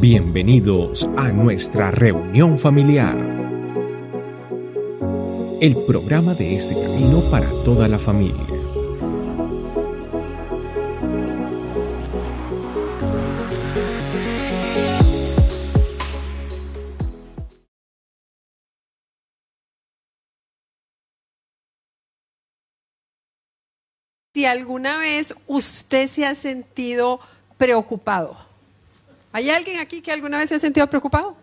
Bienvenidos a nuestra reunión familiar, el programa de este camino para toda la familia. Si alguna vez usted se ha sentido preocupado. ¿Hay alguien aquí que alguna vez se ha sentido preocupado?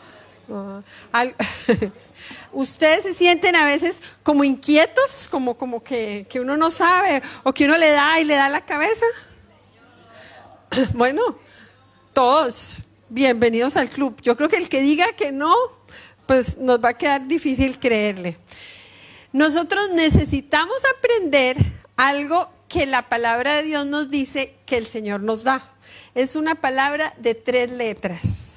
¿Ustedes se sienten a veces como inquietos, como que uno no sabe o que uno le da la cabeza? Bueno, todos bienvenidos al club. Yo creo que el que diga que no, pues nos va a quedar difícil creerle. Nosotros necesitamos aprender algo que la palabra de Dios nos dice que el Señor nos da. Es una palabra de 3 letras.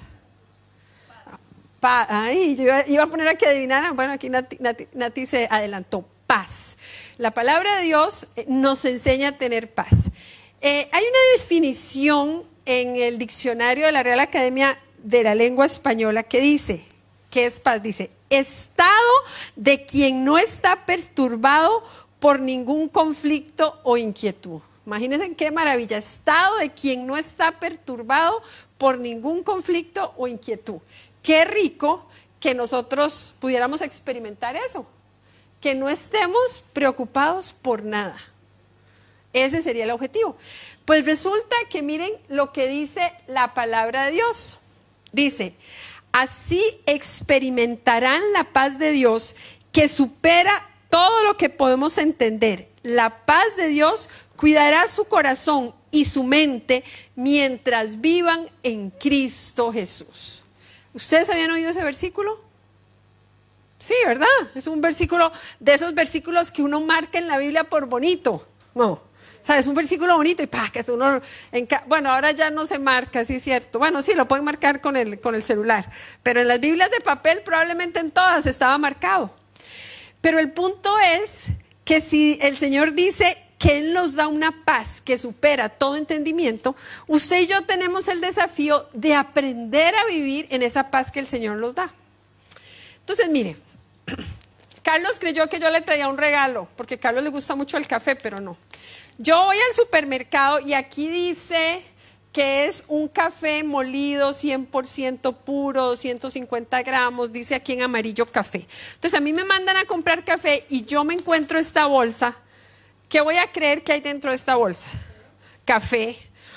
Yo iba a poner aquí adivinaran. Bueno, aquí Nati se adelantó. Paz. La palabra de Dios nos enseña a tener paz. Hay una definición en el diccionario de la Real Academia de la Lengua Española que dice, ¿qué es paz? Dice, estado de quien no está perturbado por ningún conflicto o inquietud. Imagínense qué maravilla, estado de quien no está perturbado por ningún conflicto o inquietud. Qué rico que nosotros pudiéramos experimentar eso, que no estemos preocupados por nada. Ese sería el objetivo. Pues resulta que miren lo que dice la palabra de Dios. Dice, así experimentarán la paz de Dios que supera todo lo que podemos entender. La paz de Dios cuidará su corazón y su mente mientras vivan en Cristo Jesús. ¿Ustedes habían oído ese versículo? Sí, ¿verdad? Es un versículo de esos versículos que uno marca en la Biblia por bonito. No, o sea, es un versículo bonito y que uno, bueno, ahora ya no se marca, sí es cierto. Bueno, sí, lo pueden marcar con el celular, pero en las Biblias de papel probablemente en todas estaba marcado. Pero el punto es que si el Señor dice que Él nos da una paz que supera todo entendimiento, usted y yo tenemos el desafío de aprender a vivir en esa paz que el Señor nos da. Entonces, mire, Carlos creyó que yo le traía un regalo, porque a Carlos le gusta mucho el café, pero no. Yo voy al supermercado y aquí dice que es un café molido 100% puro, 250 gramos, dice aquí en amarillo café. Entonces a mí me mandan a comprar café y yo me encuentro esta bolsa. ¿Qué voy a creer que hay dentro de esta bolsa? Café.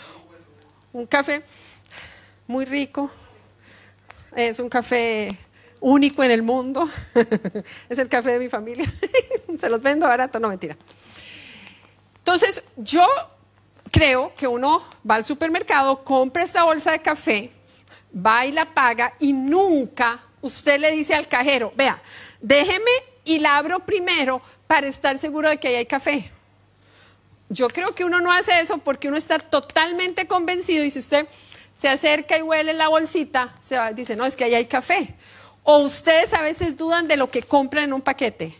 Un café muy rico. Es un café único en el mundo. Es el café de mi familia. Se los vendo barato, no, mentira. Entonces yo creo que uno va al supermercado, compra esta bolsa de café, va y la paga y nunca usted le dice al cajero, vea, déjeme y la abro primero para estar seguro de que ahí hay café. Yo creo que uno no hace eso porque uno está totalmente convencido y si usted se acerca y huele la bolsita, dice, no, es que ahí hay café. O ustedes a veces dudan de lo que compran en un paquete.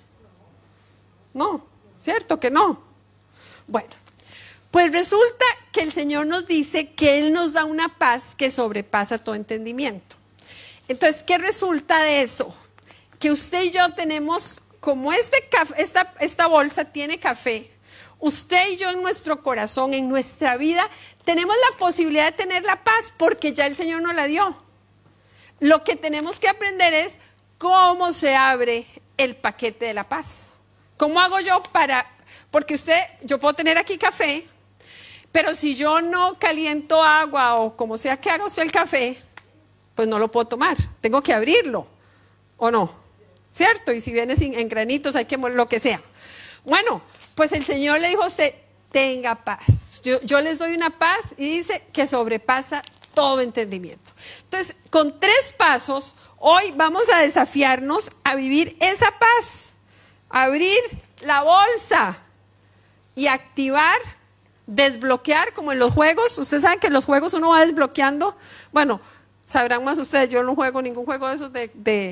No, ¿cierto que no? Bueno. Pues resulta que el Señor nos dice que Él nos da una paz que sobrepasa todo entendimiento. Entonces, ¿qué resulta de eso? Que usted y yo tenemos, como esta bolsa tiene café, usted y yo en nuestro corazón, en nuestra vida, tenemos la posibilidad de tener la paz porque ya el Señor nos la dio. Lo que tenemos que aprender es cómo se abre el paquete de la paz. ¿Cómo hago yo porque yo puedo tener aquí café, pero si yo no caliento agua o como sea que haga usted el café, pues no lo puedo tomar. Tengo que abrirlo, ¿o no? ¿Cierto? Y si viene en granitos, hay que lo que sea. Bueno, pues el Señor le dijo a usted, tenga paz. Yo les doy una paz y dice que sobrepasa todo entendimiento. Entonces, con 3 pasos, hoy vamos a desafiarnos a vivir esa paz. Abrir la bolsa y activar, desbloquear, como en los juegos. Ustedes saben que en los juegos uno va desbloqueando. Bueno, sabrán más ustedes, yo no juego ningún juego de esos ¿de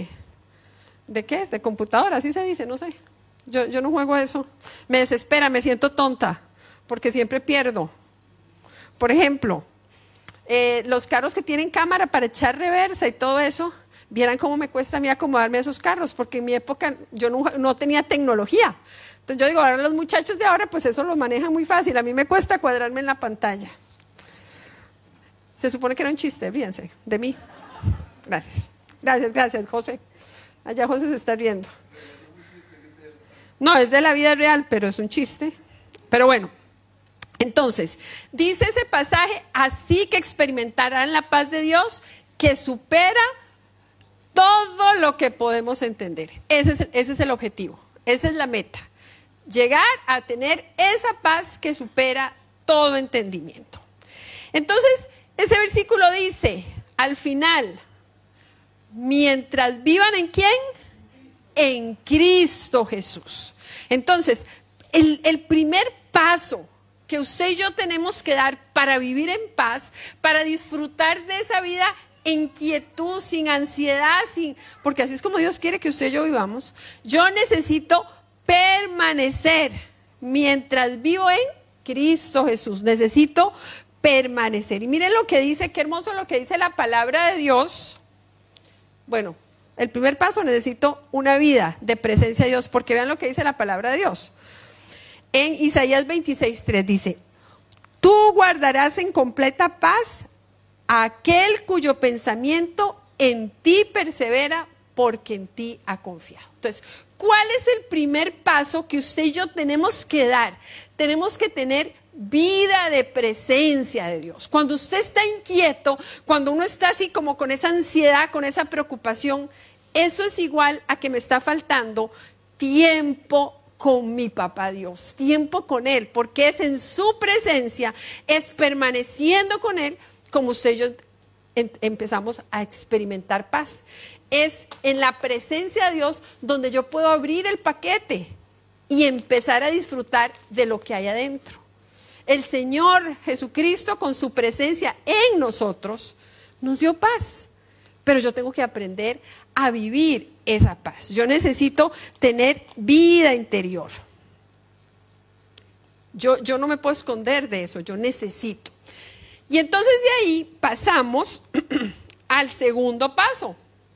qué es? De computadora, así se dice, no sé. Yo no juego eso. Me desespera, me siento tonta, porque siempre pierdo. Por ejemplo, los carros que tienen cámara para echar reversa y todo eso, vieran cómo me cuesta a mí acomodarme a esos carros, porque en mi época yo no tenía tecnología. Entonces yo digo, ahora los muchachos de ahora, pues eso lo manejan muy fácil. A mí me cuesta cuadrarme en la pantalla. Se supone que era un chiste, fíjense, de mí. Gracias. Gracias, José. Allá José se está riendo. No, es de la vida real, pero es un chiste. Pero bueno, entonces, dice ese pasaje, así que experimentarán la paz de Dios que supera todo lo que podemos entender. Ese es el objetivo, esa es la meta. Llegar a tener esa paz que supera todo entendimiento. Entonces, ese versículo dice, al final, mientras vivan ¿en quién? En Cristo Jesús. Entonces, el primer paso que usted y yo tenemos que dar para vivir en paz, para disfrutar de esa vida en quietud, sin ansiedad, porque así es como Dios quiere que usted y yo vivamos. Yo necesito permanecer mientras vivo en Cristo Jesús. Necesito permanecer. Y miren lo que dice, qué hermoso lo que dice la palabra de Dios. Bueno, el primer paso, necesito una vida de presencia de Dios, porque vean lo que dice la palabra de Dios. En Isaías 26:3 dice, tú guardarás en completa paz a aquel cuyo pensamiento en ti persevera, porque en ti ha confiado. Entonces, ¿cuál es el primer paso que usted y yo tenemos que dar? Tenemos que tener vida de presencia de Dios. Cuando usted está inquieto, cuando uno está así como con esa ansiedad, con esa preocupación, eso es igual a que me está faltando tiempo con mi papá Dios, tiempo con Él, porque es en su presencia, es permaneciendo con Él, como usted y yo empezamos a experimentar paz. Es en la presencia de Dios donde yo puedo abrir el paquete y empezar a disfrutar de lo que hay adentro. El Señor Jesucristo, con su presencia en nosotros, nos dio paz. Pero yo tengo que aprender a vivir esa paz. Yo necesito tener vida interior. Yo no me puedo esconder de eso, yo necesito. Y entonces de ahí pasamos al segundo paso.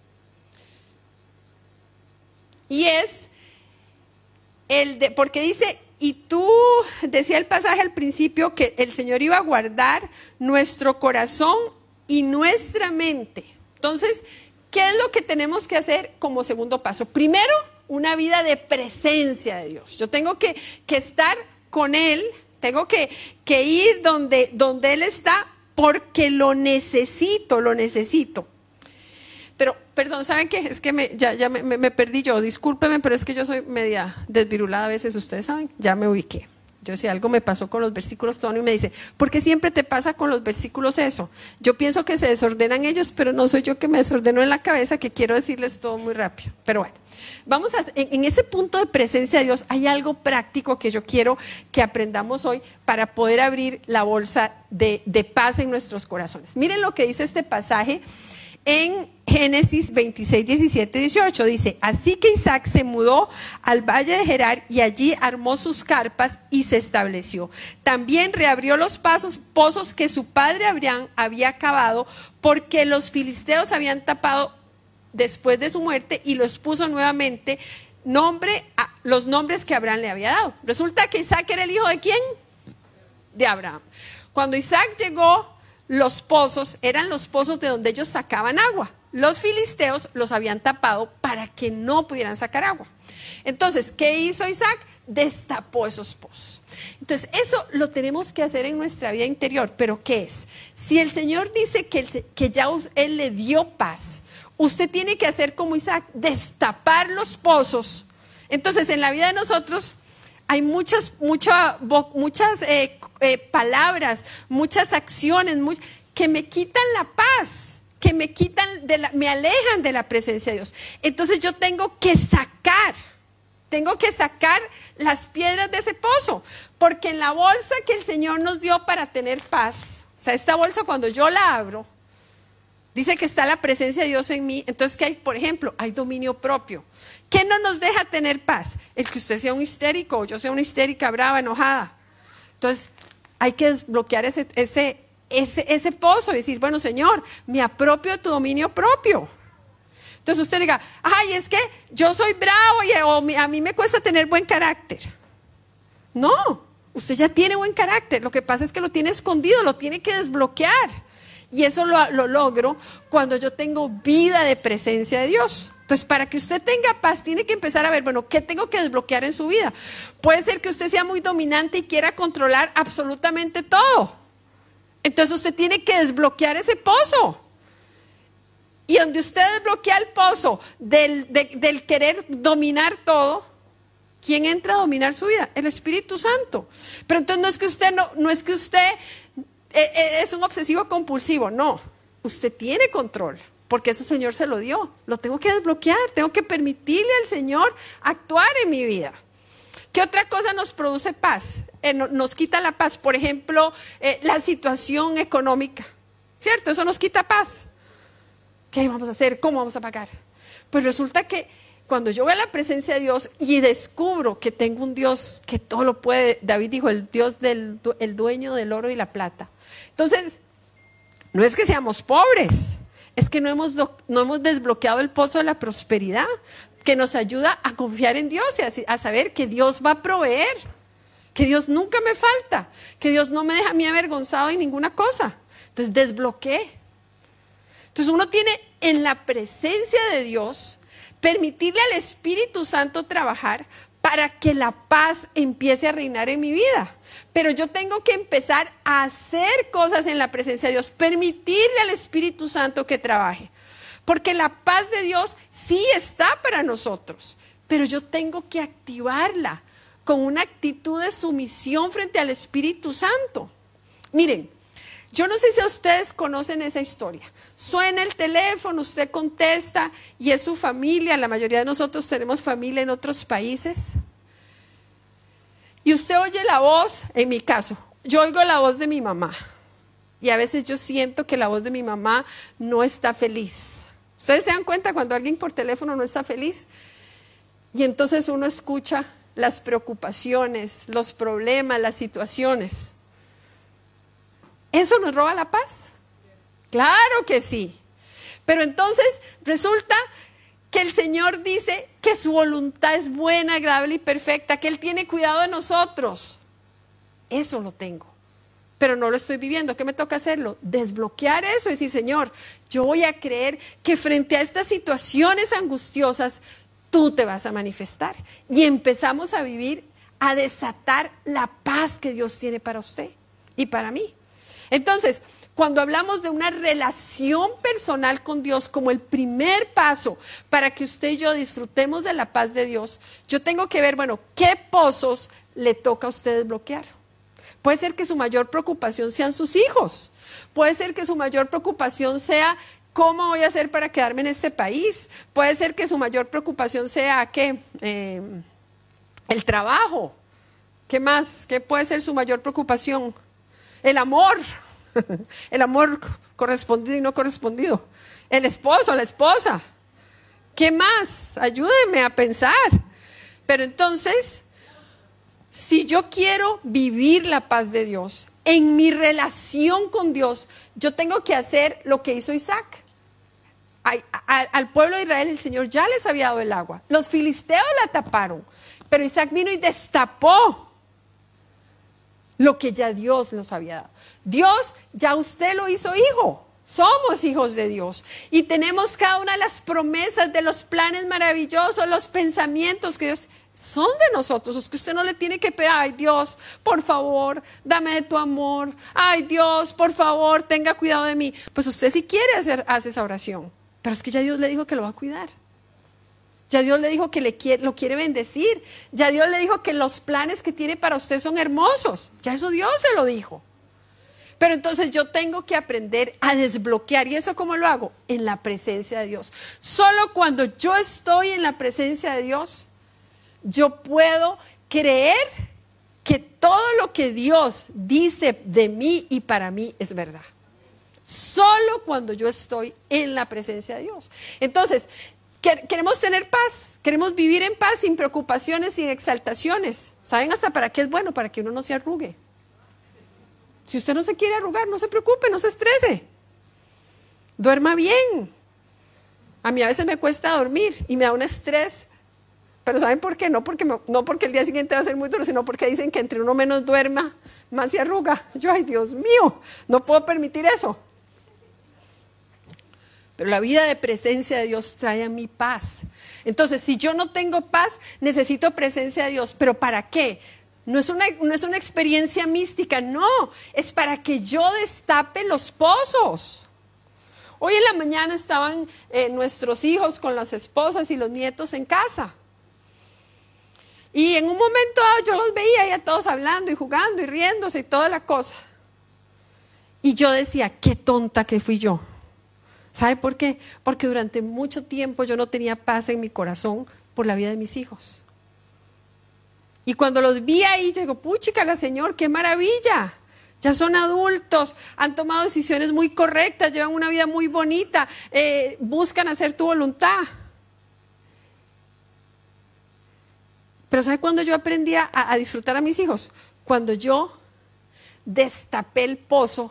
Y es porque dice, y tú, decía el pasaje al principio, que el Señor iba a guardar nuestro corazón y nuestra mente. Entonces, ¿qué es lo que tenemos que hacer como segundo paso? Primero, una vida de presencia de Dios. Yo tengo que estar con Él, tengo que ir donde Él está, porque lo necesito. Pero, perdón, ¿saben qué? Es que me perdí yo, discúlpeme, pero es que yo soy media desvirulada a veces, ustedes saben, ya me ubiqué. Yo si algo me pasó con los versículos, Tony me dice, ¿por qué siempre te pasa con los versículos eso? Yo pienso que se desordenan ellos, pero no soy yo que me desordeno en la cabeza, que quiero decirles todo muy rápido. Pero bueno, en ese punto de presencia de Dios hay algo práctico que yo quiero que aprendamos hoy para poder abrir la bolsa de paz en nuestros corazones. Miren lo que dice este pasaje en Génesis 26, 17, 18, dice, así que Isaac se mudó al valle de Gerar y allí armó sus carpas y se estableció. También reabrió los pozos que su padre Abraham había cavado, porque los filisteos habían tapado después de su muerte, y los puso nuevamente los nombres que Abraham le había dado. Resulta que Isaac era el hijo ¿de quién? De Abraham. Cuando Isaac llegó, los pozos eran los pozos de donde ellos sacaban agua. Los filisteos los habían tapado para que no pudieran sacar agua. Entonces, ¿qué hizo Isaac? Destapó esos pozos. Entonces, eso lo tenemos que hacer en nuestra vida interior. ¿Pero qué es? Si el Señor dice que ya Él le dio paz, usted tiene que hacer como Isaac, destapar los pozos. Entonces, en la vida de nosotros hay muchas palabras, muchas acciones que me quitan la paz, que me alejan de la presencia de Dios. Entonces yo tengo que sacar las piedras de ese pozo, porque en la bolsa que el Señor nos dio para tener paz, o sea, esta bolsa cuando yo la abro, dice que está la presencia de Dios en mí. Entonces, ¿qué hay? Por ejemplo, hay dominio propio. ¿Qué no nos deja tener paz? El que usted sea un histérico, o yo sea una histérica, brava, enojada. Entonces, hay que desbloquear ese pozo y decir, bueno, Señor, me apropio de tu dominio propio. Entonces usted diga, ay, es que yo soy bravo o a mí me cuesta tener buen carácter. No, usted ya tiene buen carácter. Lo que pasa es que lo tiene escondido, lo tiene que desbloquear. Y eso lo logro cuando yo tengo vida de presencia de Dios. Entonces, para que usted tenga paz, tiene que empezar a ver, bueno, ¿qué tengo que desbloquear en su vida? Puede ser que usted sea muy dominante y quiera controlar absolutamente todo. Entonces, usted tiene que desbloquear ese pozo. Y donde usted desbloquea el pozo del querer dominar todo, ¿quién entra a dominar su vida? El Espíritu Santo. Pero entonces no es que usted es un obsesivo compulsivo, no. Usted tiene control. Porque eso el Señor se lo dio. Lo tengo que desbloquear. Tengo que permitirle al Señor actuar en mi vida. ¿Qué otra cosa nos produce paz? Nos quita la paz. Por ejemplo, la situación económica. ¿Cierto? Eso nos quita paz. ¿Qué vamos a hacer? ¿Cómo vamos a pagar? Pues resulta que cuando yo veo la presencia de Dios y descubro que tengo un Dios que todo lo puede, David dijo, el Dios el dueño del oro y la plata. Entonces, no es que seamos pobres. Es que no hemos desbloqueado el pozo de la prosperidad que nos ayuda a confiar en Dios y a saber que Dios va a proveer, que Dios nunca me falta, que Dios no me deja a mí avergonzado en ninguna cosa. Entonces desbloqueé. Entonces uno tiene en la presencia de Dios permitirle al Espíritu Santo trabajar para que la paz empiece a reinar en mi vida. Pero yo tengo que empezar a hacer cosas en la presencia de Dios, permitirle al Espíritu Santo que trabaje. Porque la paz de Dios sí está para nosotros, pero yo tengo que activarla con una actitud de sumisión frente al Espíritu Santo. Miren, yo no sé si ustedes conocen esa historia. Suena el teléfono, usted contesta y es su familia. La mayoría de nosotros tenemos familia en otros países. Y usted oye la voz, en mi caso, yo oigo la voz de mi mamá. Y a veces yo siento que la voz de mi mamá no está feliz. ¿Ustedes se dan cuenta cuando alguien por teléfono no está feliz? Y entonces uno escucha las preocupaciones, los problemas, las situaciones. ¿Eso nos roba la paz? Claro que sí. Pero entonces resulta que el Señor dice que su voluntad es buena, agradable y perfecta, que Él tiene cuidado de nosotros. Eso lo tengo, pero no lo estoy viviendo. ¿Qué me toca hacerlo? Desbloquear eso y decir, Señor, yo voy a creer que frente a estas situaciones angustiosas, tú te vas a manifestar. Y empezamos a vivir, a desatar la paz que Dios tiene para usted y para mí. Entonces, cuando hablamos de una relación personal con Dios como el primer paso para que usted y yo disfrutemos de la paz de Dios, yo tengo que ver, bueno, ¿qué pozos le toca a usted desbloquear? Puede ser que su mayor preocupación sean sus hijos. Puede ser que su mayor preocupación sea ¿cómo voy a hacer para quedarme en este país? Puede ser que su mayor preocupación sea ¿qué? El trabajo. ¿Qué más? ¿Qué puede ser su mayor preocupación? El amor. El amor correspondido y no correspondido. El esposo, la esposa. ¿Qué más? Ayúdenme a pensar. Pero entonces, si yo quiero vivir la paz de Dios, en mi relación con Dios, yo tengo que hacer lo que hizo Isaac. Al pueblo de Israel el Señor ya les había dado el agua. Los filisteos la taparon, pero Isaac vino y destapó lo que ya Dios nos había dado. Dios ya usted lo hizo hijo. Somos hijos de Dios y tenemos cada una de las promesas de los planes maravillosos, los pensamientos que Dios son de nosotros. Es que usted no le tiene que pedir, ay Dios, por favor, dame de tu amor. Ay Dios, por favor, tenga cuidado de mí. Pues usted si quiere hace esa oración, pero es que ya Dios le dijo que lo va a cuidar. Ya Dios le dijo que lo quiere bendecir. Ya Dios le dijo que los planes que tiene para usted son hermosos. Ya eso Dios se lo dijo. Pero entonces yo tengo que aprender a desbloquear. ¿Y eso cómo lo hago? En la presencia de Dios. Solo cuando yo estoy en la presencia de Dios, yo puedo creer que todo lo que Dios dice de mí y para mí es verdad. Solo cuando yo estoy en la presencia de Dios. Entonces, queremos tener paz, queremos vivir en paz, sin preocupaciones, sin exaltaciones. ¿Saben hasta para qué es bueno? Para que uno no se arrugue. Si usted no se quiere arrugar, no se preocupe, no se estrese. Duerma bien. A mí a veces me cuesta dormir y me da un estrés. Pero ¿saben por qué? No porque el día siguiente va a ser muy duro, sino porque dicen que entre uno menos duerma, más se arruga. Yo, ay Dios mío, no puedo permitir eso. Pero la vida de presencia de Dios trae a mí paz. Entonces, si yo no tengo paz, necesito presencia de Dios. ¿Pero para qué? No es una experiencia mística, no. Es para que yo destape los pozos. Hoy en la mañana estaban nuestros hijos con las esposas y los nietos en casa. Y en un momento dado yo los veía ya todos hablando y jugando y riéndose y toda la cosa. Y yo decía, qué tonta que fui yo. ¿Sabe por qué? Porque durante mucho tiempo yo no tenía paz en mi corazón por la vida de mis hijos. Y cuando los vi ahí, yo digo, puchica, Señor, qué maravilla. Ya son adultos, han tomado decisiones muy correctas, llevan una vida muy bonita, buscan hacer tu voluntad. Pero ¿sabe cuándo yo aprendí a disfrutar a mis hijos? Cuando yo destapé el pozo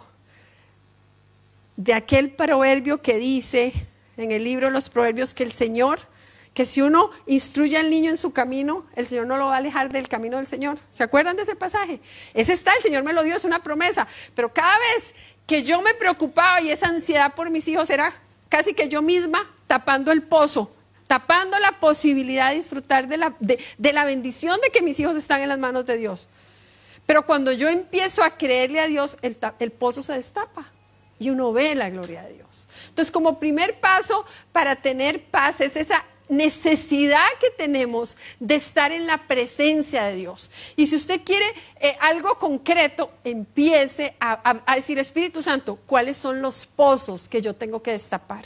de aquel proverbio que dice en el libro de los proverbios que el Señor, que si uno instruye al niño en su camino, el Señor no lo va a alejar del camino del Señor. ¿Se acuerdan de ese pasaje? Ese está, el Señor me lo dio, es una promesa. Pero cada vez que yo me preocupaba y esa ansiedad por mis hijos era casi que yo misma tapando el pozo, tapando la posibilidad de disfrutar de la bendición de que mis hijos están en las manos de Dios. Pero cuando yo empiezo a creerle a Dios, el pozo se destapa y uno ve la gloria de Dios. Entonces, como primer paso para tener paz es esa necesidad que tenemos de estar en la presencia de Dios. Y si usted quiere algo concreto, empiece a decir, Espíritu Santo, ¿cuáles son los pozos que yo tengo que destapar?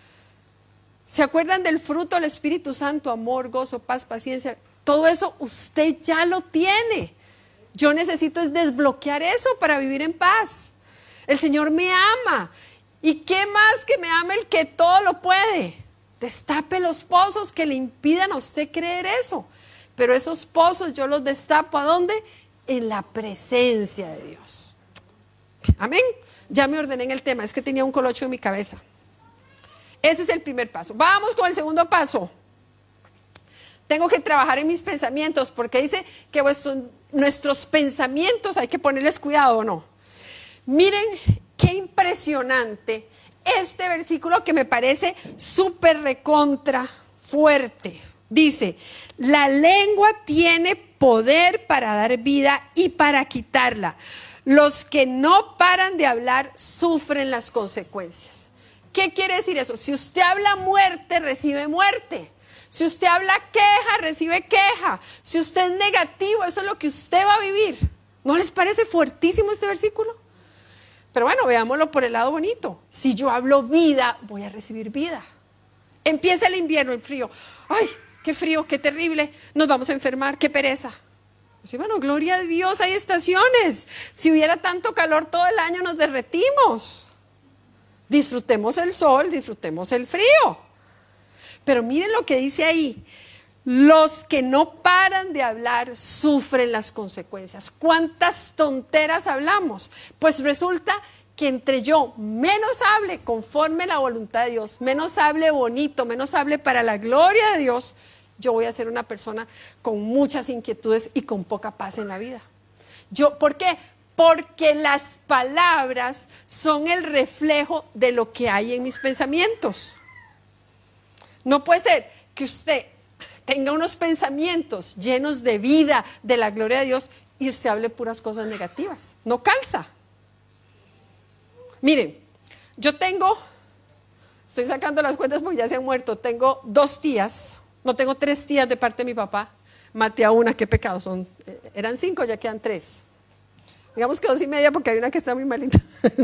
¿Se acuerdan del fruto del Espíritu Santo? Amor, gozo, paz, paciencia. Todo eso usted ya lo tiene. Yo necesito es desbloquear eso para vivir en paz. El Señor me ama. ¿Y qué más que me ama el que todo lo puede? Destape los pozos que le impidan a usted creer eso. Pero esos pozos yo los destapo ¿a dónde? En la presencia de Dios. Amén. Ya me ordené en el tema, es que tenía un colocho en mi cabeza. Ese es el primer paso. Vamos con el segundo paso. Tengo que trabajar en mis pensamientos, porque dice que nuestros pensamientos hay que ponerles cuidado, ¿o no? Miren qué impresionante este versículo que me parece súper recontra fuerte. Dice, la lengua tiene poder para dar vida y para quitarla. Los que no paran de hablar sufren las consecuencias. ¿Qué quiere decir eso? Si usted habla muerte, recibe muerte. Si usted habla queja, recibe queja. Si usted es negativo, eso es lo que usted va a vivir. ¿No les parece fuertísimo este versículo? Pero bueno, veámoslo por el lado bonito. Si yo hablo vida, voy a recibir vida. Empieza el invierno, el frío. ¡Ay, qué frío, qué terrible! Nos vamos a enfermar, qué pereza. Sí, bueno, gloria a Dios, hay estaciones. Si hubiera tanto calor todo el año, nos derretimos. Disfrutemos el sol, disfrutemos el frío. Pero miren lo que dice ahí. Los que no paran de hablar sufren las consecuencias. ¿Cuántas tonteras hablamos? Pues resulta que entre yo menos hable conforme la voluntad de Dios, menos hable bonito, menos hable para la gloria de Dios, yo voy a ser una persona con muchas inquietudes y con poca paz en la vida. ¿Por qué? Porque las palabras son el reflejo de lo que hay en mis pensamientos. No puede ser que usted tenga unos pensamientos llenos de vida, de la gloria de Dios, y usted hable puras cosas negativas. No calza. Miren, estoy sacando las cuentas porque ya se han muerto, tengo 2 tías, no tengo 3 tías de parte de mi papá, maté a una, qué pecado, eran 5, ya quedan 3. Digamos que 2 y media porque hay una que está muy malita.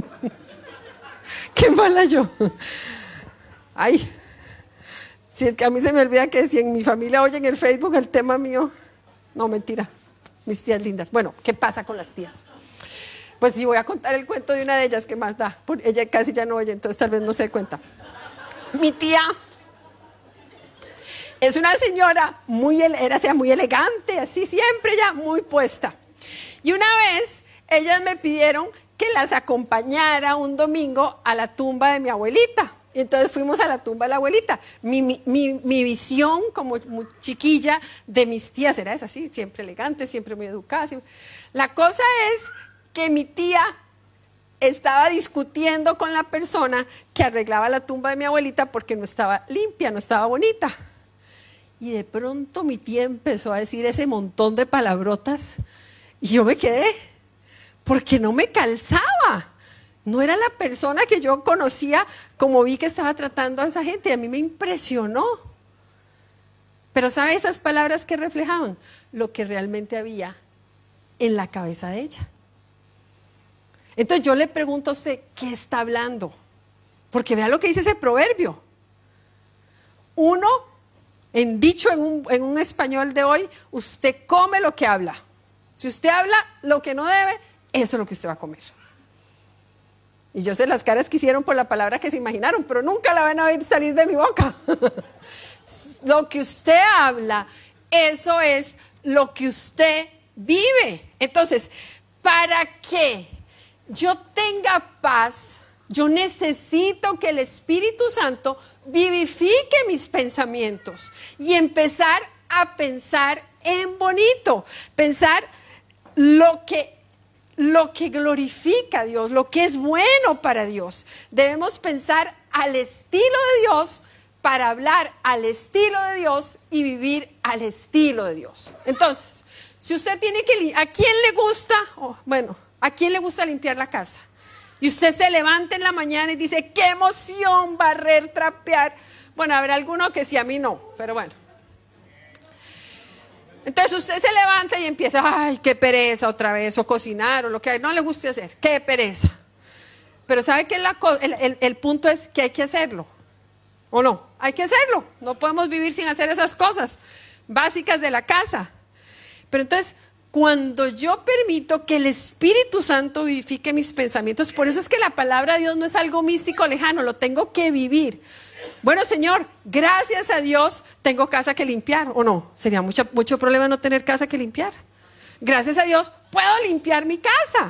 Qué mala yo. Ay, si es que a mí se me olvida que si en mi familia oyen el Facebook el tema mío, no, mentira, mis tías lindas. Bueno, ¿qué pasa con las tías? Pues sí, voy a contar el cuento de una de ellas, que más da, ella casi ya no oye, entonces tal vez no se dé cuenta. Mi tía es una señora muy elegante, así siempre ya muy puesta. Y una vez ellas me pidieron que las acompañara un domingo a la tumba de mi abuelita. Y entonces fuimos a la tumba de la abuelita. Mi visión como muy chiquilla de mis tías era esa, así, siempre elegante, siempre muy educada. Siempre. La cosa es que mi tía estaba discutiendo con la persona que arreglaba la tumba de mi abuelita porque no estaba limpia, no estaba bonita. Y de pronto mi tía empezó a decir ese montón de palabrotas y yo me quedé, porque no me calzaba. No era la persona que yo conocía como vi que estaba tratando a esa gente. Y a mí me impresionó. Pero ¿sabe esas palabras que reflejaban? Lo que realmente había en la cabeza de ella. Entonces yo le pregunto a usted, ¿qué está hablando? Porque vea lo que dice ese proverbio. Uno, dicho en un español de hoy, usted come lo que habla. Si usted habla lo que no debe, eso es lo que usted va a comer. Y yo sé las caras que hicieron por la palabra que se imaginaron, pero nunca la van a oír salir de mi boca. Lo que usted habla, eso es lo que usted vive. Entonces, para que yo tenga paz, yo necesito que el Espíritu Santo vivifique mis pensamientos y empezar a pensar en bonito, pensar lo que glorifica a Dios, lo que es bueno para Dios. Debemos pensar al estilo de Dios para hablar al estilo de Dios y vivir al estilo de Dios. Entonces, si usted tiene que, ¿a quién le gusta? ¿A quién le gusta limpiar la casa? Y usted se levanta en la mañana y dice, ¡qué emoción! Barrer, trapear. Bueno, habrá alguno que sí, a mí no, pero bueno. Entonces usted se levanta y empieza, ¡ay, qué pereza otra vez! O cocinar, o lo que no le guste hacer. ¡Qué pereza! Pero ¿sabe qué? El punto es que hay que hacerlo. ¿O no? Hay que hacerlo. No podemos vivir sin hacer esas cosas básicas de la casa. Pero entonces, cuando yo permito que el Espíritu Santo vivifique mis pensamientos, por eso es que la palabra de Dios no es algo místico lejano, lo tengo que vivir. Bueno, Señor, gracias a Dios tengo casa que limpiar, ¿o no? Sería mucho problema no tener casa que limpiar. Gracias a Dios puedo limpiar mi casa.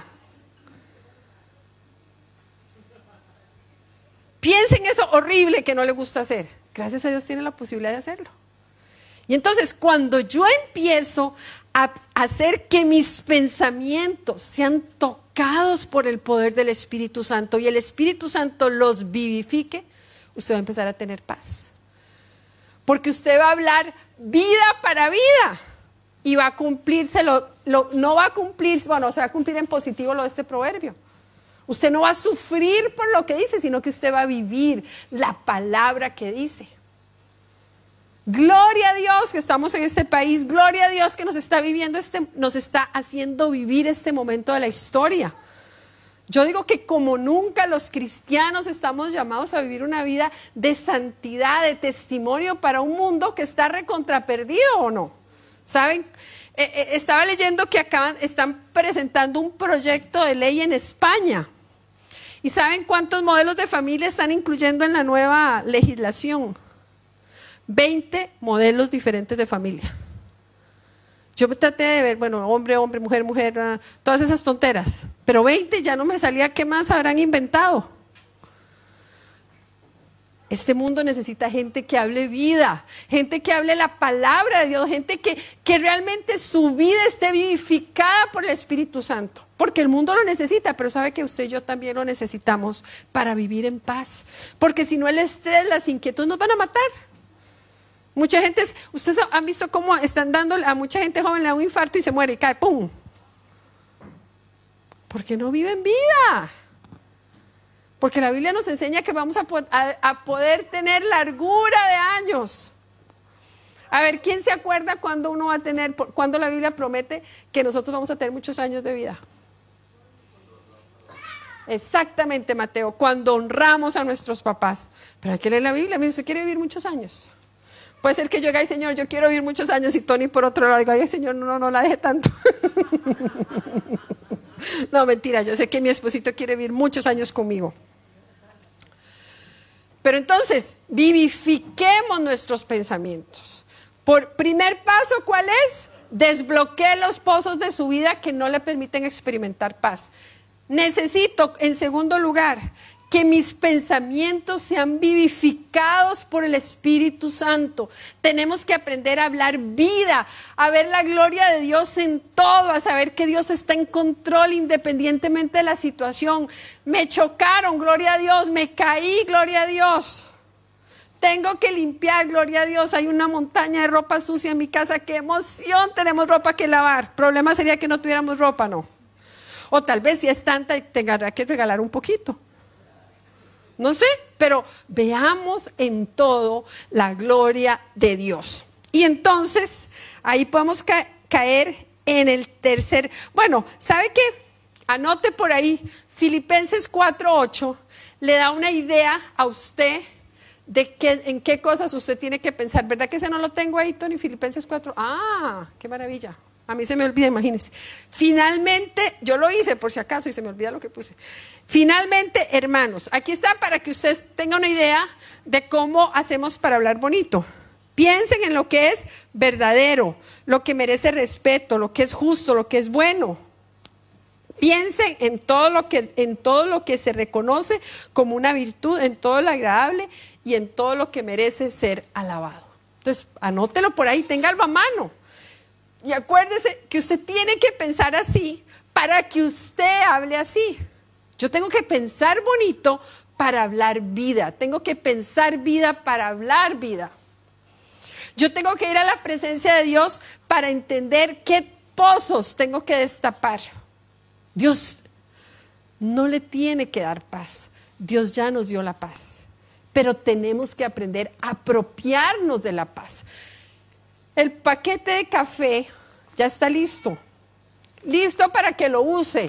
Piensen eso horrible que no le gusta hacer. Gracias a Dios tiene la posibilidad de hacerlo. Y entonces cuando yo empiezo a hacer que mis pensamientos sean tocados por el poder del Espíritu Santo y el Espíritu Santo los vivifique, usted va a empezar a tener paz. Porque usted va a hablar vida para vida y va a cumplirse, no va a cumplir, bueno, se va a cumplir en positivo lo de este proverbio. Usted no va a sufrir por lo que dice, sino que usted va a vivir la palabra que dice. Gloria a Dios que estamos en este país, gloria a Dios que nos está haciendo vivir este momento de la historia. Yo digo que como nunca los cristianos estamos llamados a vivir una vida de santidad, de testimonio para un mundo que está recontraperdido, ¿o no? ¿Saben? Estaba leyendo que están presentando un proyecto de ley en España. ¿Y saben cuántos modelos de familia están incluyendo en la nueva legislación? 20 modelos diferentes de familia. Yo me traté de ver, bueno, hombre, mujer, todas esas tonteras. Pero 20 ya no me salía qué más habrán inventado. Este mundo necesita gente que hable vida, gente que hable la palabra de Dios, gente que realmente su vida esté vivificada por el Espíritu Santo. Porque el mundo lo necesita, pero sabe que usted y yo también lo necesitamos para vivir en paz. Porque si no, el estrés, las inquietudes nos van a matar. Mucha gente, ustedes han visto cómo están dando a mucha gente joven le da un infarto y se muere y cae, ¡pum! Porque no viven vida. Porque la Biblia nos enseña que vamos a poder tener largura de años. A ver, ¿quién se acuerda cuando la Biblia promete que nosotros vamos a tener muchos años de vida? Exactamente, Mateo, cuando honramos a nuestros papás. Pero hay que leer la Biblia, mire, usted quiere vivir muchos años. Puede ser que yo diga, ay Señor, yo quiero vivir muchos años, y Tony por otro lado diga, ay Señor, no la deje tanto. No, mentira, yo sé que mi esposito quiere vivir muchos años conmigo. Pero entonces, vivifiquemos nuestros pensamientos. Primer paso, ¿cuál es? Desbloquee los pozos de su vida que no le permiten experimentar paz. Necesito, en segundo lugar, que mis pensamientos sean vivificados por el Espíritu Santo. Tenemos que aprender a hablar vida, a ver la gloria de Dios en todo, a saber que Dios está en control independientemente de la situación. Me chocaron, gloria a Dios, me caí, gloria a Dios. Tengo que limpiar, gloria a Dios. Hay una montaña de ropa sucia en mi casa. ¡Qué emoción! Tenemos ropa que lavar. Problema sería que no tuviéramos ropa, ¿no? O tal vez si es tanta, tendrá que regalar un poquito. No sé, pero veamos en todo la gloria de Dios. Y entonces, ahí podemos caer en el tercer. Bueno, ¿sabe qué? Anote por ahí, Filipenses 4:8 le da una idea a usted de en qué cosas usted tiene que pensar. ¿Verdad que ese no lo tengo ahí, Tony? Filipenses 4. Ah, qué maravilla. A mí se me olvida, imagínense. Finalmente, yo lo hice por si acaso y se me olvida lo que puse. Finalmente, hermanos, aquí está para que usted tenga una idea de cómo hacemos para hablar bonito. Piensen en lo que es verdadero, lo que merece respeto, lo que es justo, lo que es bueno. Piensen en todo lo que se reconoce como una virtud, en todo lo agradable y en todo lo que merece ser alabado. Entonces, anótelo por ahí, téngalo a mano. Y acuérdese que usted tiene que pensar así para que usted hable así. Yo tengo que pensar bonito para hablar vida. Tengo que pensar vida para hablar vida. Yo tengo que ir a la presencia de Dios para entender qué pozos tengo que destapar. Dios no le tiene que dar paz. Dios ya nos dio la paz. Pero tenemos que aprender a apropiarnos de la paz. El paquete de café ya está listo. Listo para que lo use.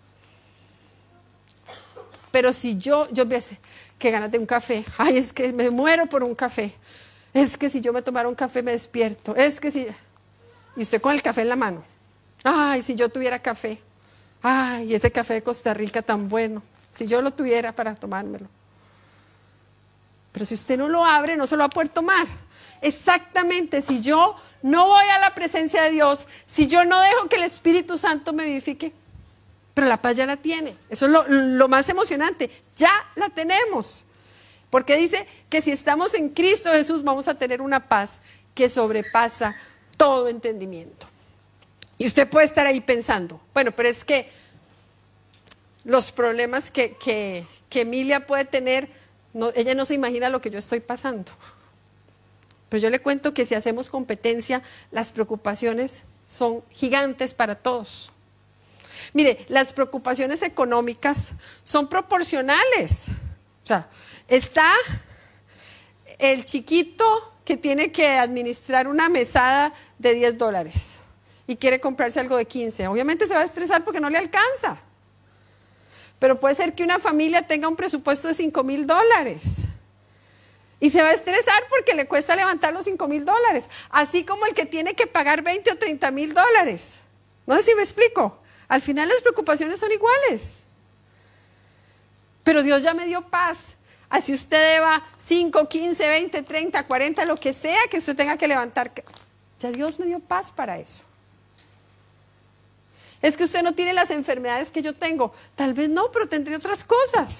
Pero si yo me hace, qué ganas de un café. Ay, es que me muero por un café. Es que si yo me tomara un café me despierto. Es que si... Y usted con el café en la mano. Ay, si yo tuviera café. Ay, ese café de Costa Rica tan bueno. Si yo lo tuviera para tomármelo. Pero si usted no lo abre, no se lo va a poder tomar. Exactamente, si yo no voy a la presencia de Dios, si yo no dejo que el Espíritu Santo me vivifique, pero la paz ya la tiene. Eso es lo más emocionante. Ya la tenemos. Porque dice que si estamos en Cristo Jesús vamos a tener una paz que sobrepasa todo entendimiento. Y usted puede estar ahí pensando, bueno, pero es que los problemas que Emilia puede tener, no, ella no se imagina lo que yo estoy pasando. Pero yo le cuento que si hacemos competencia, las preocupaciones son gigantes para todos. Mire, las preocupaciones económicas son proporcionales. O sea, está el chiquito que tiene que administrar una mesada de $10 y quiere comprarse algo de 15. Obviamente se va a estresar porque no le alcanza. Pero puede ser que una familia tenga un presupuesto de $5,000 y se va a estresar porque le cuesta levantar los $5,000, así como el que tiene que pagar $20,000 o $30,000. No sé si me explico. Al final las preocupaciones son iguales. Pero Dios ya me dio paz. Así usted deba 5, 15, 20, 30, 40, lo que sea que usted tenga que levantar. Ya Dios me dio paz para eso. Es que usted no tiene las enfermedades que yo tengo. Tal vez no, pero tendré otras cosas.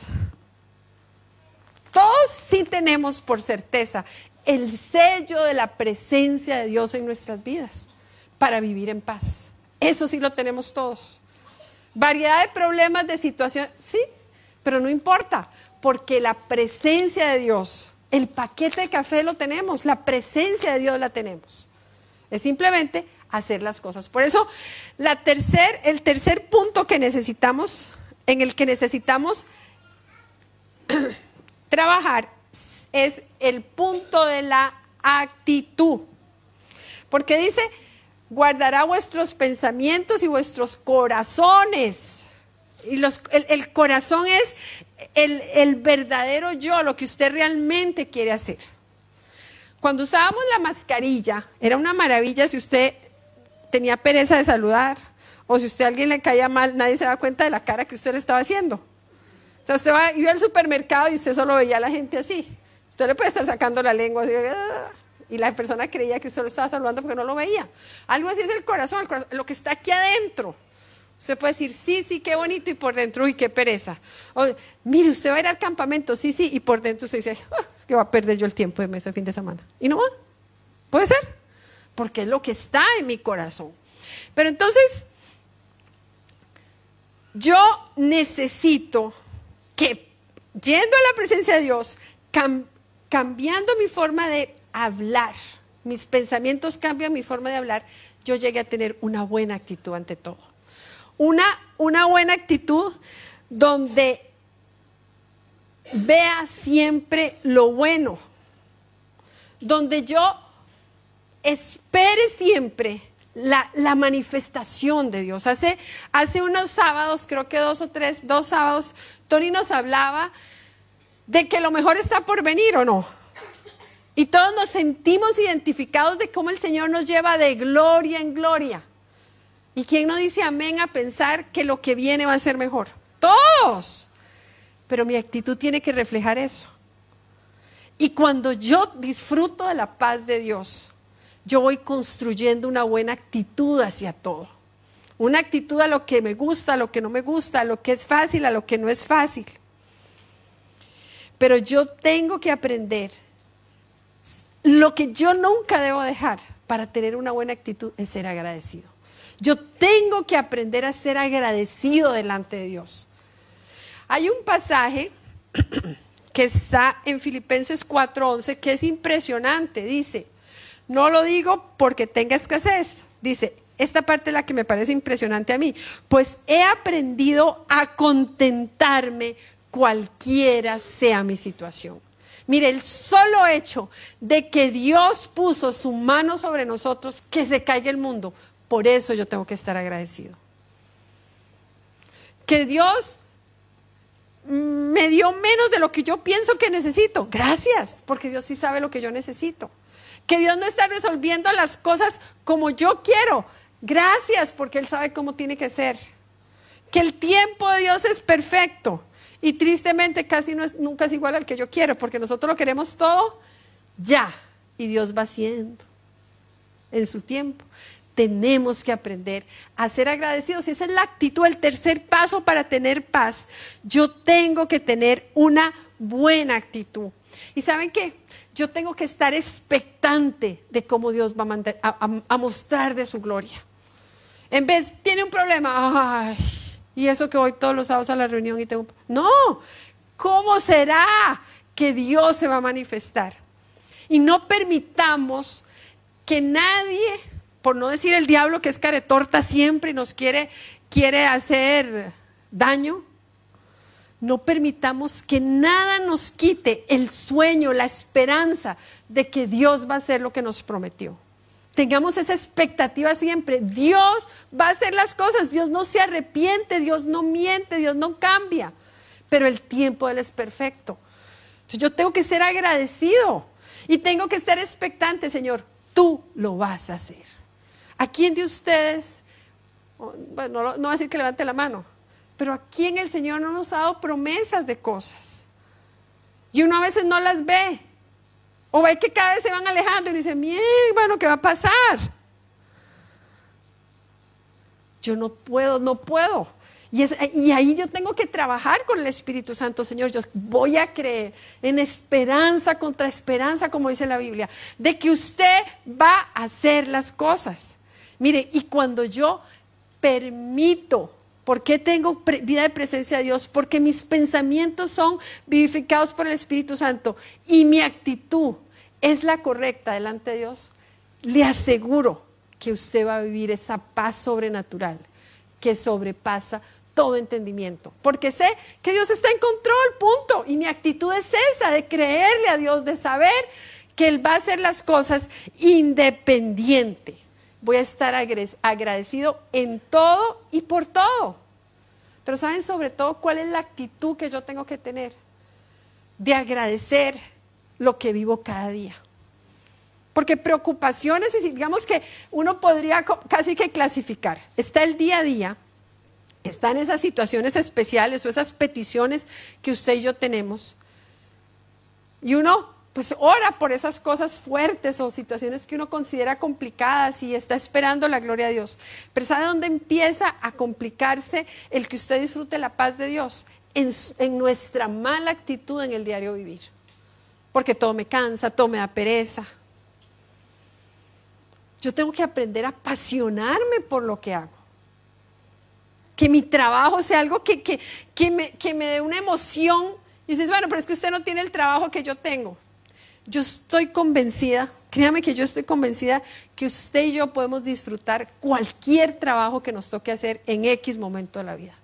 Todos sí tenemos por certeza el sello de la presencia de Dios en nuestras vidas para vivir en paz. Eso sí lo tenemos todos. Variedad de problemas, de situaciones, sí, pero no importa, porque la presencia de Dios, el paquete de café lo tenemos, la presencia de Dios la tenemos. Es simplemente hacer las cosas. Por eso, el tercer punto que necesitamos, en el que necesitamos trabajar, es el punto de la actitud. Porque dice, guardará vuestros pensamientos y vuestros corazones. Y el corazón es el verdadero yo, lo que usted realmente quiere hacer. Cuando usábamos la mascarilla, era una maravilla si usted tenía pereza de saludar, o si usted a alguien le caía mal, nadie se da cuenta de la cara que usted le estaba haciendo. O sea, usted iba al supermercado y usted solo veía a la gente así. Usted le puede estar sacando la lengua así, y la persona creía que usted lo estaba saludando porque no lo veía. Algo así es el corazón, lo que está aquí adentro. Usted puede decir, sí, sí, qué bonito, y por dentro, uy, qué pereza. O, mire, usted va a ir al campamento, sí, sí, y por dentro usted dice, que va a perder yo el tiempo de ese fin de semana. Y no va. Puede ser, porque es lo que está en mi corazón. Pero entonces, yo necesito que, yendo a la presencia de Dios, cambiando mi forma de hablar, mis pensamientos cambian mi forma de hablar, yo llegue a tener una buena actitud ante todo. Una buena actitud donde vea siempre lo bueno, donde yo espere siempre la manifestación de Dios. Hace unos sábados, creo que 2 sábados, Tony nos hablaba de que lo mejor está por venir, ¿o no? Y todos nos sentimos identificados de cómo el Señor nos lleva de gloria en gloria. ¿Y quién no dice amén a pensar que lo que viene va a ser mejor? Todos. Pero mi actitud tiene que reflejar eso. Y cuando yo disfruto de la paz de Dios, yo voy construyendo una buena actitud hacia todo. Una actitud a lo que me gusta, a lo que no me gusta, a lo que es fácil, a lo que no es fácil. Pero yo tengo que aprender. Lo que yo nunca debo dejar para tener una buena actitud es ser agradecido. Yo tengo que aprender a ser agradecido delante de Dios. Hay un pasaje que está en Filipenses 4:11 que es impresionante. Dice, no lo digo porque tenga escasez. Dice, esta parte es la que me parece impresionante a mí. Pues he aprendido a contentarme cualquiera sea mi situación. Mire, el solo hecho de que Dios puso su mano sobre nosotros, que se caiga el mundo, por eso yo tengo que estar agradecido. Que Dios me dio menos de lo que yo pienso que necesito. Gracias, porque Dios sí sabe lo que yo necesito. Que Dios no está resolviendo las cosas como yo quiero. Gracias, porque Él sabe cómo tiene que ser. Que el tiempo de Dios es perfecto. Y tristemente nunca es igual al que yo quiero, porque nosotros lo queremos todo ya. Y Dios va haciendo en su tiempo. Tenemos que aprender a ser agradecidos. Y esa es la actitud, el tercer paso para tener paz. Yo tengo que tener una buena actitud. ¿Y saben qué? Yo tengo que estar expectante de cómo Dios va a mostrar de su gloria. En vez, tiene un problema, ay, y eso que voy todos los sábados a la reunión y tengo... No, ¿cómo será que Dios se va a manifestar? Y no permitamos que nadie, por no decir el diablo que es caretorta siempre y nos quiere hacer daño, no permitamos que nada nos quite el sueño, la esperanza de que Dios va a hacer lo que nos prometió. Tengamos esa expectativa siempre. Dios va a hacer las cosas. Dios no se arrepiente, Dios no miente, Dios no cambia. Pero el tiempo de Él es perfecto. Entonces yo tengo que ser agradecido y tengo que estar expectante, Señor. Tú lo vas a hacer. ¿A quién de ustedes, bueno, no va a decir que levante la mano, pero a quién el Señor no nos ha dado promesas de cosas? Y uno a veces no las ve. O ve que cada vez se van alejando y dice, bien, bueno, ¿qué va a pasar? Yo no puedo. Y ahí yo tengo que trabajar con el Espíritu Santo. Señor, yo voy a creer en esperanza contra esperanza, como dice la Biblia, de que usted va a hacer las cosas. Mire, y cuando yo permito, ¿por qué tengo vida de presencia de Dios? Porque mis pensamientos son vivificados por el Espíritu Santo y mi actitud es la correcta delante de Dios. Le aseguro que usted va a vivir esa paz sobrenatural que sobrepasa todo entendimiento. Porque sé que Dios está en control, punto. Y mi actitud es esa, de creerle a Dios, de saber que Él va a hacer las cosas independiente. Voy a estar agradecido en todo y por todo. Pero ¿saben sobre todo cuál es la actitud que yo tengo que tener? De agradecer lo que vivo cada día. Porque preocupaciones, y digamos que uno podría casi que clasificar. Está el día a día, están esas situaciones especiales o esas peticiones que usted y yo tenemos. Y uno pues ora por esas cosas fuertes o situaciones que uno considera complicadas y está esperando la gloria de Dios. Pero ¿sabe dónde empieza a complicarse el que usted disfrute la paz de Dios? En nuestra mala actitud en el diario vivir. Porque todo me cansa, todo me da pereza. Yo tengo que aprender a apasionarme por lo que hago. Que mi trabajo sea algo que me dé una emoción. Y dices, bueno, pero es que usted no tiene el trabajo que yo tengo. Yo estoy convencida, créame que yo estoy convencida que usted y yo podemos disfrutar cualquier trabajo que nos toque hacer en X momento de la vida.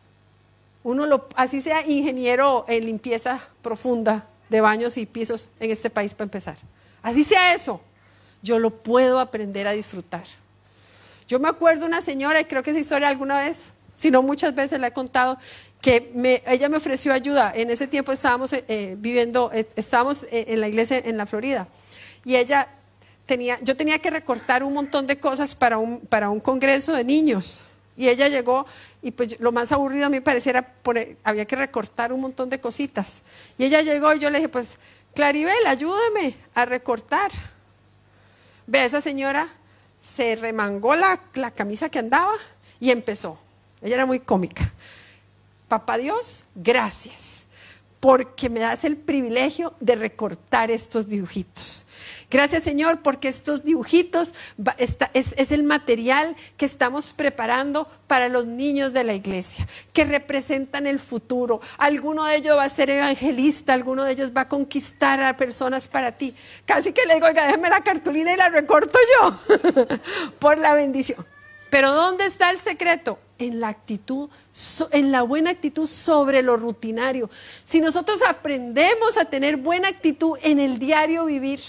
Así sea ingeniero en limpieza profunda de baños y pisos en este país para empezar. Así sea eso, yo lo puedo aprender a disfrutar. Yo me acuerdo de una señora, y creo que esa historia alguna vez, si no muchas veces la he contado, que ella me ofreció ayuda. En ese tiempo estábamos estábamos en la iglesia en la Florida, y yo tenía que recortar un montón de cosas para un congreso de niños, y ella llegó, y pues lo más aburrido a mí pareciera, había que recortar un montón de cositas, y ella llegó y yo le dije, pues Claribel, ayúdame a recortar. Ve, esa señora se remangó la camisa que andaba y empezó. Ella era muy cómica. Papá Dios, gracias, porque me das el privilegio de recortar estos dibujitos. Gracias, Señor, porque estos dibujitos es el material que estamos preparando para los niños de la iglesia, que representan el futuro. Alguno de ellos va a ser evangelista, alguno de ellos va a conquistar a personas para ti. Casi que le digo, oiga, déjeme la cartulina y la recorto yo, por la bendición. Pero ¿dónde está el secreto? En la actitud, en la buena actitud sobre lo rutinario. Si nosotros aprendemos a tener buena actitud en el diario vivir,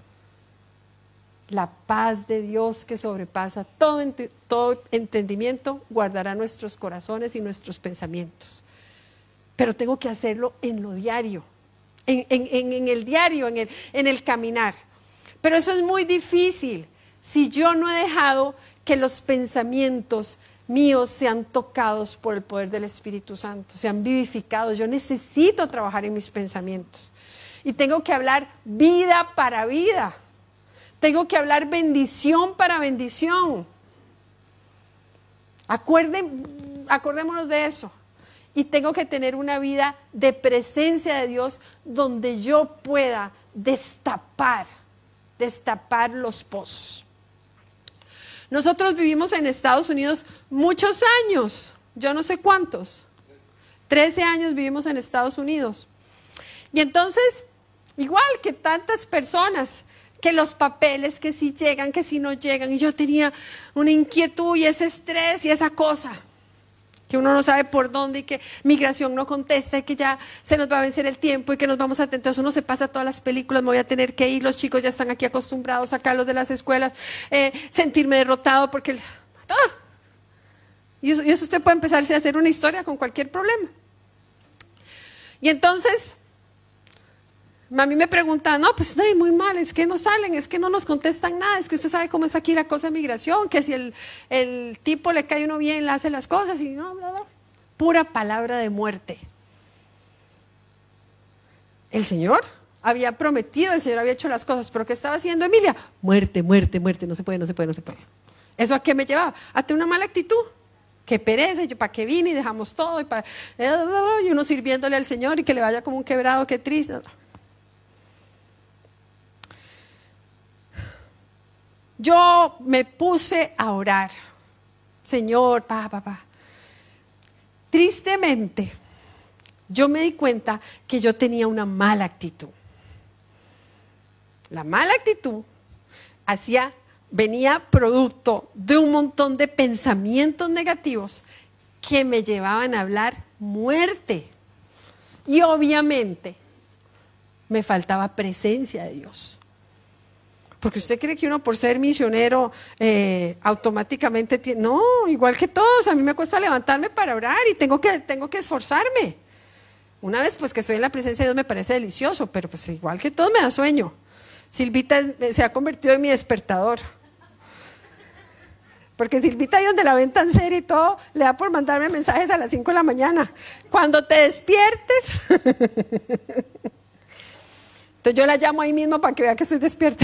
la paz de Dios que sobrepasa todo entendimiento guardará nuestros corazones y nuestros pensamientos. Pero tengo que hacerlo en lo diario, en el diario, en el caminar. Pero eso es muy difícil si yo no he dejado que los pensamientos míos sean tocados por el poder del Espíritu Santo, sean vivificados. Yo necesito trabajar en mis pensamientos y tengo que hablar vida para vida, tengo que hablar bendición para bendición. Acordémonos de eso. Y tengo que tener una vida de presencia de Dios donde yo pueda destapar los pozos. Nosotros vivimos en Estados Unidos muchos años, yo no sé cuántos, 13 años vivimos en Estados Unidos. Y entonces, igual que tantas personas, que los papeles, que si llegan, que si no llegan, y yo tenía una inquietud y ese estrés y esa cosa, que uno no sabe por dónde y que migración no contesta y que ya se nos va a vencer el tiempo y que nos vamos a tener. Entonces uno se pasa todas las películas, me voy a tener que ir, los chicos ya están aquí acostumbrados, sacarlos de las escuelas, sentirme derrotado porque... Y eso usted puede empezarse a hacer una historia con cualquier problema. Y entonces, a mí me preguntan, no, pues no, muy mal, es que no salen, es que no nos contestan nada, es que usted sabe cómo es aquí la cosa de migración, que si el tipo le cae uno bien, le hace las cosas y no, bla, bla. Pura palabra de muerte. El Señor había prometido, el Señor había hecho las cosas, pero ¿qué estaba haciendo Emilia? Muerte, muerte, muerte, no se puede, no se puede, no se puede. ¿Eso a qué me llevaba? A tener una mala actitud. Qué pereza, yo para qué vine y dejamos todo, y uno sirviéndole al Señor y que le vaya como un quebrado, qué triste. Yo me puse a orar, Señor, papá. Tristemente, yo me di cuenta que yo tenía una mala actitud. La mala actitud venía producto de un montón de pensamientos negativos que me llevaban a hablar muerte. Y obviamente me faltaba presencia de Dios. Porque usted cree que uno por ser misionero automáticamente tiene... No, igual que todos, a mí me cuesta levantarme para orar y tengo que esforzarme. Una vez pues que estoy en la presencia de Dios me parece delicioso, pero pues igual que todos me da sueño. Silvita se ha convertido en mi despertador. Porque Silvita ahí donde la ven tan seria y todo, le da por mandarme mensajes a las 5 de la mañana. Cuando te despiertes... Entonces Entonces yo la llamo ahí mismo para que vea que estoy despierta.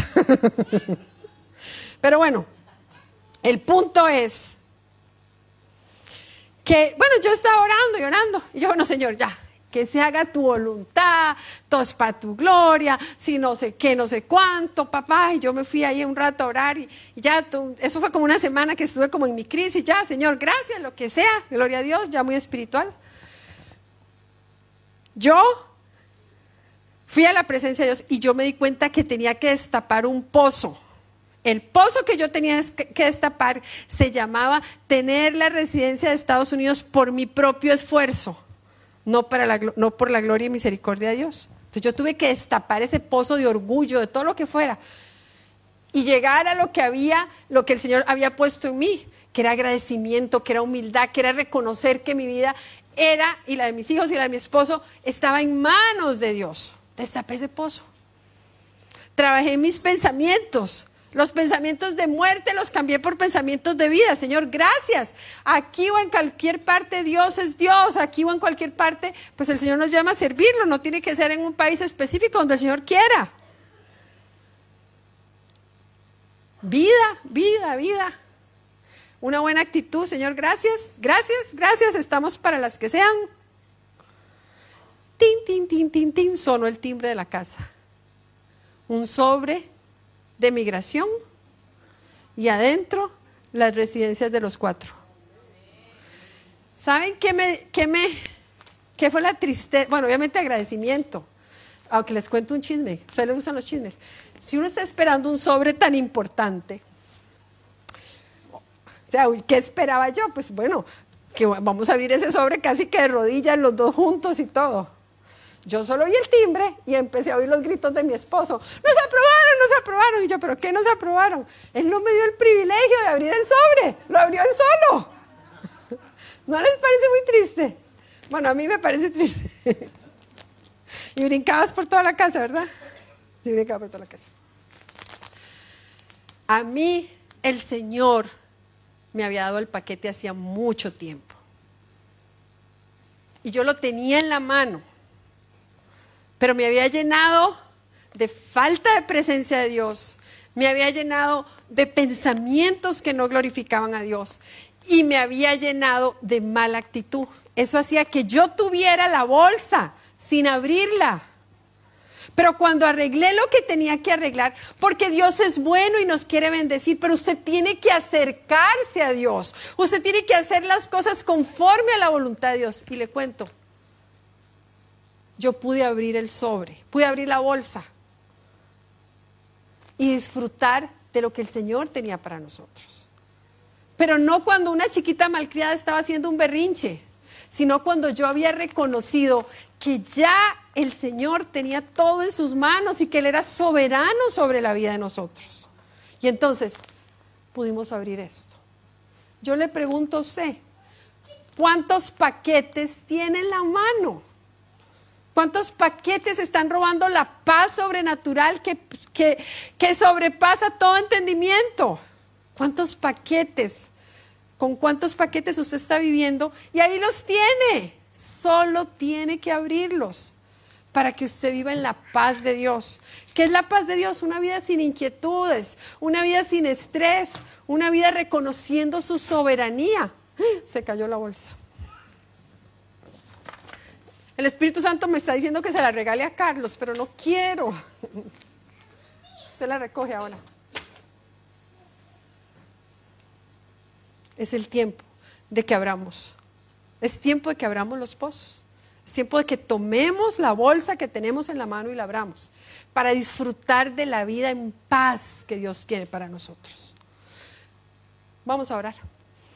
Pero bueno, el punto es que, bueno, yo estaba orando y orando. Y yo, bueno, Señor, ya, que se haga tu voluntad, todo es para tu gloria, si no sé qué, no sé cuánto, papá. Y yo me fui ahí un rato a orar y ya, eso fue como una semana que estuve como en mi crisis. Ya, Señor, gracias, lo que sea, gloria a Dios, ya muy espiritual. Yo fui a la presencia de Dios y yo me di cuenta que tenía que destapar un pozo. El pozo que yo tenía que destapar se llamaba tener la residencia de Estados Unidos por mi propio esfuerzo, no por la gloria y misericordia de Dios. Entonces yo tuve que destapar ese pozo de orgullo, de todo lo que fuera, y llegar a lo que el Señor había puesto en mí, que era agradecimiento, que era humildad, que era reconocer que mi vida era, y la de mis hijos y la de mi esposo, estaba en manos de Dios. Destapé ese pozo. Trabajé en mis pensamientos. Los pensamientos de muerte los cambié por pensamientos de vida. Señor, gracias. Aquí o en cualquier parte Dios es Dios. Aquí o en cualquier parte, pues el Señor nos llama a servirlo. No tiene que ser en un país específico donde el Señor quiera. Vida, vida, vida. Una buena actitud, Señor, gracias, gracias, gracias. Estamos para las que sean. Tin, tin, tin, tin, tin. Sonó el timbre de la casa. Un sobre de migración y adentro las residencias de los 4. ¿Saben qué fue la tristeza? Bueno, obviamente agradecimiento, aunque les cuento un chisme. ¿A ustedes les gustan los chismes? Si uno está esperando un sobre tan importante, o sea, ¿qué esperaba yo? Pues bueno, que vamos a abrir ese sobre casi que de rodillas los dos juntos y todo. Yo solo oí el timbre y empecé a oír los gritos de mi esposo. ¡Nos aprobaron, nos aprobaron! Y yo, ¿pero qué nos aprobaron? Él no me dio el privilegio de abrir el sobre. Lo abrió él solo. ¿No les parece muy triste? Bueno, a mí me parece triste. Y brincabas por toda la casa, ¿verdad? Sí, brincaba por toda la casa. A mí el Señor me había dado el paquete hacía mucho tiempo. Y yo lo tenía en la mano. Pero me había llenado de falta de presencia de Dios, me había llenado de pensamientos que no glorificaban a Dios y me había llenado de mala actitud. Eso hacía que yo tuviera la bolsa sin abrirla. Pero cuando arreglé lo que tenía que arreglar, porque Dios es bueno y nos quiere bendecir, pero usted tiene que acercarse a Dios, usted tiene que hacer las cosas conforme a la voluntad de Dios. Y le cuento, yo pude abrir el sobre, pude abrir la bolsa y disfrutar de lo que el Señor tenía para nosotros. Pero no cuando una chiquita malcriada estaba haciendo un berrinche, sino cuando yo había reconocido que ya el Señor tenía todo en sus manos y que Él era soberano sobre la vida de nosotros. Y entonces pudimos abrir esto. Yo le pregunto a usted, ¿cuántos paquetes tiene en la mano? ¿Cuántos paquetes están robando la paz sobrenatural que sobrepasa todo entendimiento? ¿Cuántos paquetes? ¿Con cuántos paquetes usted está viviendo? Y ahí los tiene. Solo tiene que abrirlos para que usted viva en la paz de Dios. ¿Qué es la paz de Dios? Una vida sin inquietudes, una vida sin estrés, una vida reconociendo su soberanía. Se cayó la bolsa. El Espíritu Santo me está diciendo que se la regale a Carlos, pero no quiero. Usted la recoge ahora. Es el tiempo de que abramos. Es tiempo de que abramos los pozos. Es tiempo de que tomemos la bolsa que tenemos en la mano y la abramos para disfrutar de la vida en paz que Dios quiere para nosotros. Vamos a orar.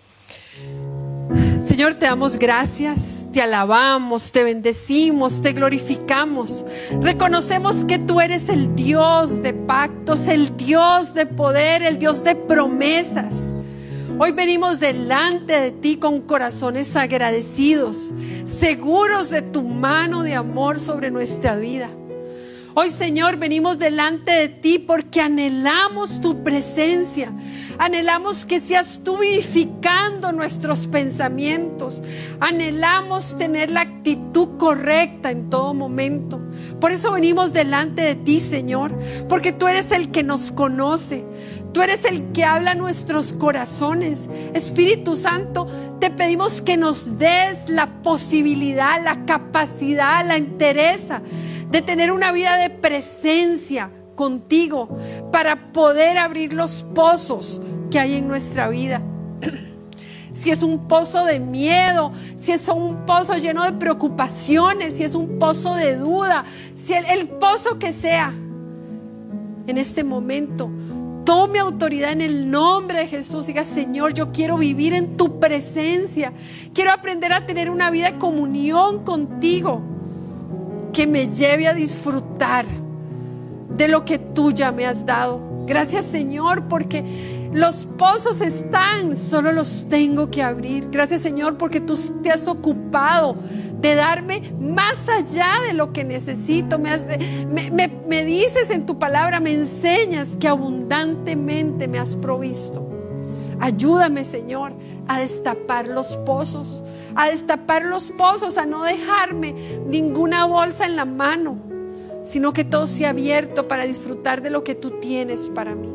Señor, te damos gracias, te alabamos, te bendecimos, te glorificamos. Reconocemos que tú eres el Dios de pactos, el Dios de poder, el Dios de promesas. Hoy venimos delante de ti con corazones agradecidos, seguros de tu mano de amor sobre nuestra vida. Hoy, Señor, venimos delante de ti porque anhelamos tu presencia. Anhelamos que seas tú vivificando nuestros pensamientos. Anhelamos tener la actitud correcta en todo momento. Por eso venimos delante de ti, Señor, porque tú eres el que nos conoce. Tú eres el que habla a nuestros corazones. Espíritu Santo, te pedimos que nos des la posibilidad, la capacidad, la entereza de tener una vida de presencia contigo para poder abrir los pozos que hay en nuestra vida. Si es un pozo de miedo, si es un pozo lleno de preocupaciones, si es un pozo de duda, si el pozo que sea, en este momento tome autoridad en el nombre de Jesús. Diga: Señor, yo quiero vivir en tu presencia. Quiero aprender a tener una vida de comunión contigo que me lleve a disfrutar de lo que tú ya me has dado. Gracias, Señor, porque los pozos están, solo los tengo que abrir. Gracias, Señor, porque tú te has ocupado de darme más allá de lo que necesito. Me dices en tu palabra, me enseñas que abundantemente me has provisto. Ayúdame, Señor, a destapar los pozos, a no dejarme ninguna bolsa en la mano, sino que todo sea abierto para disfrutar de lo que tú tienes para mí.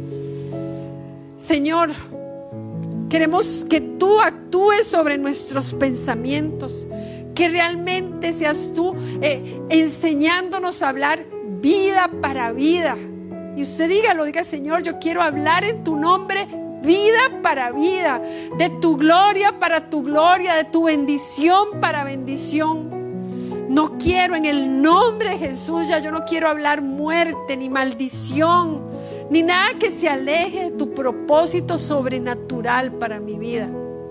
Señor, queremos que tú actúes sobre nuestros pensamientos, que realmente seas tú enseñándonos a hablar vida para vida. Y usted diga: Señor, yo quiero hablar en tu nombre vida para vida, de tu gloria para tu gloria, de tu bendición para bendición. No quiero, en el nombre de Jesús, yo no quiero hablar muerte ni maldición, ni nada que se aleje de tu propósito sobrenatural para mi vida.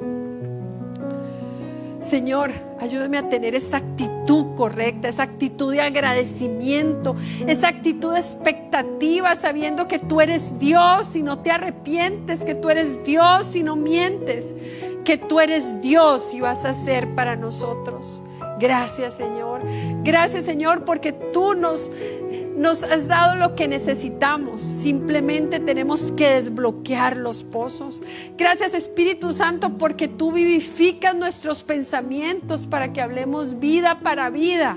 Señor, ayúdame a tener esa actitud correcta, esa actitud de agradecimiento, esa actitud de expectativa, sabiendo que tú eres Dios y no te arrepientes, que tú eres Dios y no mientes, que tú eres Dios y vas a hacer para nosotros. Gracias, Señor. Gracias, Señor, porque tú nos has dado lo que necesitamos. Simplemente tenemos que desbloquear los pozos. Gracias, Espíritu Santo, porque tú vivificas nuestros pensamientos para que hablemos vida para vida.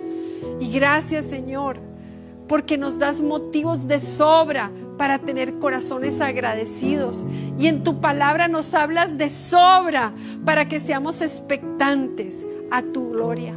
Y gracias, Señor, porque nos das motivos de sobra para tener corazones agradecidos. Y en tu palabra nos hablas de sobra para que seamos expectantes a tu gloria.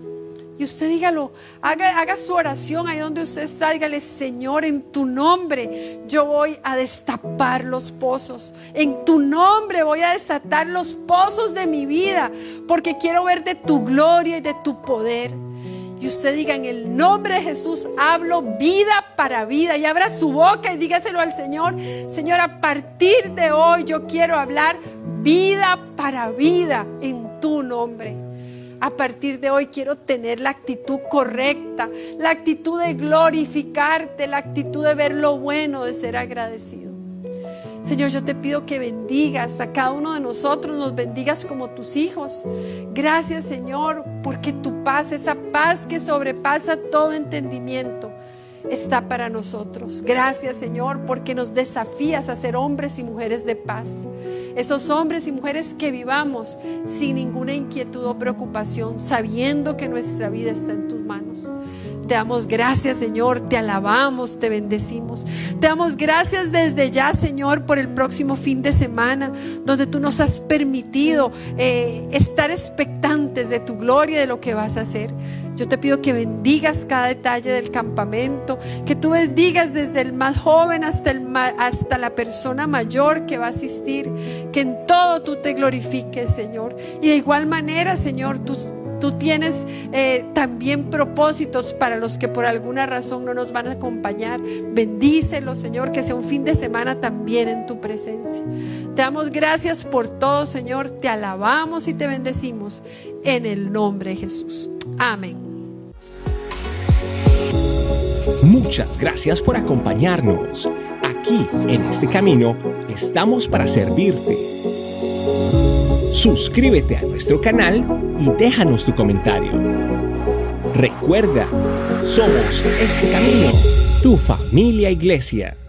Y usted dígalo, haga su oración ahí donde usted está. Dígale: Señor, en tu nombre yo voy a destapar los pozos. En tu nombre voy a desatar los pozos de mi vida, porque quiero ver de tu gloria y de tu poder. Y usted diga: en el nombre de Jesús hablo vida para vida. Y abra su boca y dígaselo al Señor: Señor, a partir de hoy yo quiero hablar vida para vida en tu nombre. A partir de hoy quiero tener la actitud correcta, la actitud de glorificarte, la actitud de ver lo bueno, de ser agradecido. Señor, yo te pido que bendigas a cada uno de nosotros, nos bendigas como tus hijos. Gracias, Señor, porque tu paz, esa paz que sobrepasa todo entendimiento, está para nosotros. Gracias, Señor, porque nos desafías a ser hombres y mujeres de paz. Esos hombres y mujeres que vivamos sin ninguna inquietud o preocupación, sabiendo que nuestra vida está en tus manos. Te damos gracias, Señor, te alabamos, te bendecimos. Te damos gracias desde ya, Señor, por el próximo fin de semana, donde tú nos has permitido estar expectantes de tu gloria y de lo que vas a hacer. Yo te pido que bendigas cada detalle del campamento, que tú bendigas desde el más joven hasta la persona mayor que va a asistir, que en todo tú te glorifiques, Señor. Y de igual manera, Señor, tú tienes también propósitos para los que por alguna razón no nos van a acompañar. Bendícelos, Señor, que sea un fin de semana también en tu presencia. Te damos gracias por todo, Señor. Te alabamos y te bendecimos en el nombre de Jesús. Amén. Muchas gracias por acompañarnos. Aquí, en este camino, estamos para servirte. Suscríbete a nuestro canal y déjanos tu comentario. Recuerda, somos Este Camino, tu familia iglesia.